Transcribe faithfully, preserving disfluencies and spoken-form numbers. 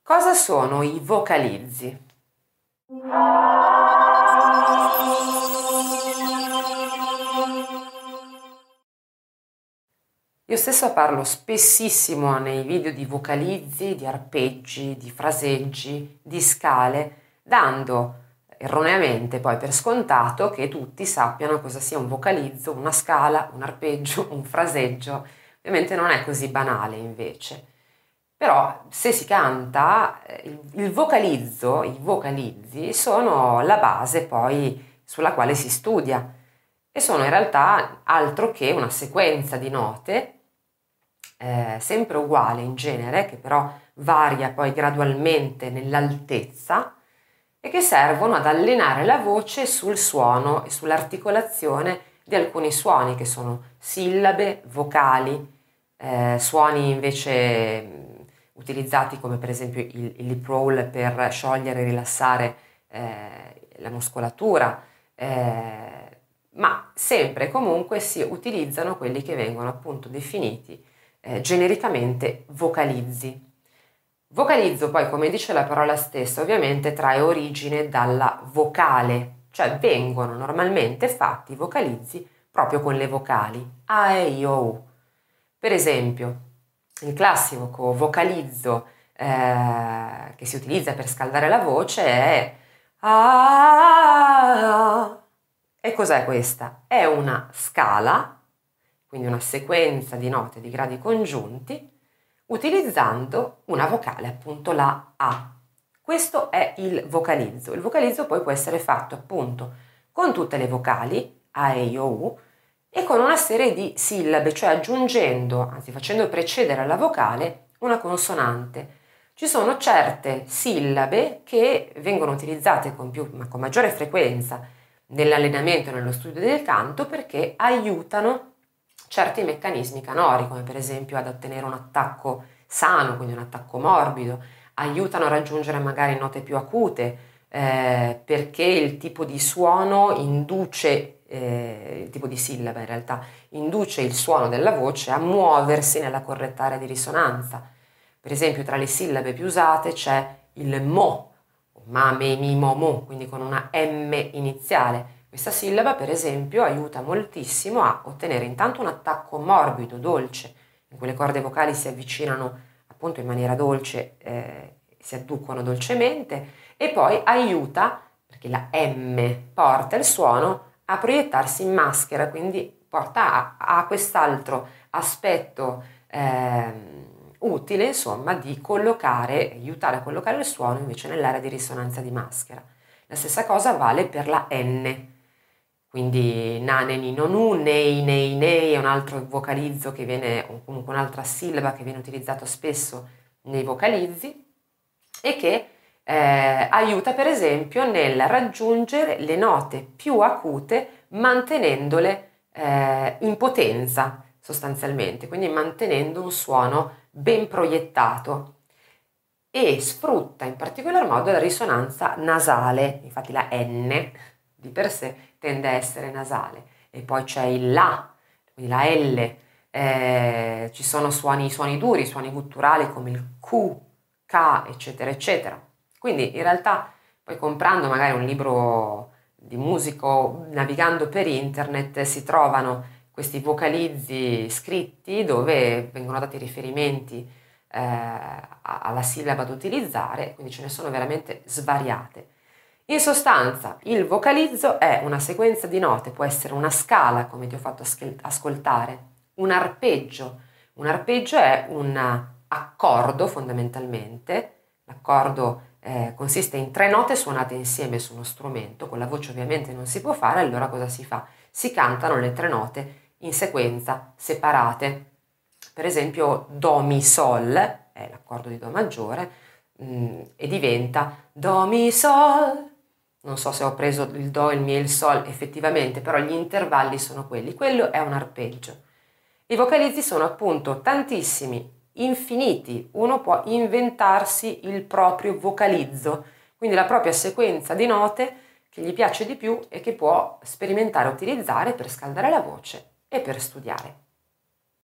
Cosa sono i vocalizzi? Io stessa parlo spessissimo nei video di vocalizzi, di arpeggi, di fraseggi, di scale, dando erroneamente poi per scontato che tutti sappiano cosa sia un vocalizzo, una scala, un arpeggio, un fraseggio. Ovviamente non è così banale invece. Però se si canta, il, il vocalizzo, i vocalizzi sono la base poi sulla quale si studia e sono in realtà altro che una sequenza di note eh, sempre uguale in genere, che però varia poi gradualmente nell'altezza e che servono ad allenare la voce sul suono e sull'articolazione di alcuni suoni che sono sillabe, vocali, eh, suoni invece mh, utilizzati come per esempio il, il lip roll per sciogliere e rilassare eh, la muscolatura, eh, ma sempre e comunque si utilizzano quelli che vengono appunto definiti eh, genericamente vocalizzi. Vocalizzo poi, come dice la parola stessa, ovviamente trae origine dalla vocale, cioè vengono normalmente fatti i vocalizzi proprio con le vocali A, E, I, O, U. Per esempio, il classico vocalizzo eh, che si utilizza per scaldare la voce è A. E cos'è questa? È una scala, quindi una sequenza di note di gradi congiunti, utilizzando una vocale, appunto la A. Questo è il vocalizzo. Il vocalizzo poi può essere fatto appunto con tutte le vocali, A, E, I, O, U, e con una serie di sillabe, cioè aggiungendo, anzi facendo precedere alla vocale una consonante. Ci sono certe sillabe che vengono utilizzate con, più, ma con maggiore frequenza nell'allenamento e nello studio del canto perché aiutano certi meccanismi canori, come per esempio ad ottenere un attacco sano, quindi un attacco morbido, aiutano a raggiungere magari note più acute, eh, perché il tipo di suono induce, eh, il tipo di sillaba in realtà, induce il suono della voce a muoversi nella corretta area di risonanza. Per esempio tra le sillabe più usate c'è il mo, ma, me, mi, mo, mo, quindi con una M iniziale. Questa sillaba, per esempio, aiuta moltissimo a ottenere intanto un attacco morbido, dolce, in cui le corde vocali si avvicinano appunto in maniera dolce, eh, si adducono dolcemente, e poi aiuta, perché la M porta il suono, a proiettarsi in maschera, quindi porta a, a quest'altro aspetto eh, utile, insomma, di collocare, aiutare a collocare il suono invece nell'area di risonanza di maschera. La stessa cosa vale per la N. Quindi na, ne, ni, non u, nei, nei, nei è un altro vocalizzo che viene, o comunque un'altra sillaba che viene utilizzato spesso nei vocalizzi e che eh, aiuta per esempio nel raggiungere le note più acute mantenendole eh, in potenza sostanzialmente, quindi mantenendo un suono ben proiettato e sfrutta in particolar modo la risonanza nasale, infatti la N di per sé tende a essere nasale, e poi c'è il La, quindi la L, eh, ci sono suoni, suoni duri, suoni gutturali come il Q, K, eccetera, eccetera. Quindi in realtà poi comprando magari un libro di musico, navigando per internet, si trovano questi vocalizzi scritti dove vengono dati riferimenti eh, alla sillaba da utilizzare, quindi ce ne sono veramente svariate. In sostanza, il vocalizzo è una sequenza di note, può essere una scala, come ti ho fatto ascoltare, un arpeggio. Un arpeggio è un accordo fondamentalmente. L'accordo eh, consiste in tre note suonate insieme su uno strumento, con la voce ovviamente non si può fare, allora cosa si fa? Si cantano le tre note in sequenza, separate. Per esempio Do, Mi, Sol, è l'accordo di Do maggiore, mh, e diventa Do, Mi, Sol. Non so se ho preso il Do, il Mi e il Sol effettivamente, però gli intervalli sono quelli. Quello è un arpeggio. I vocalizzi sono appunto tantissimi, infiniti. Uno può inventarsi il proprio vocalizzo, quindi la propria sequenza di note che gli piace di più e che può sperimentare e utilizzare per scaldare la voce e per studiare.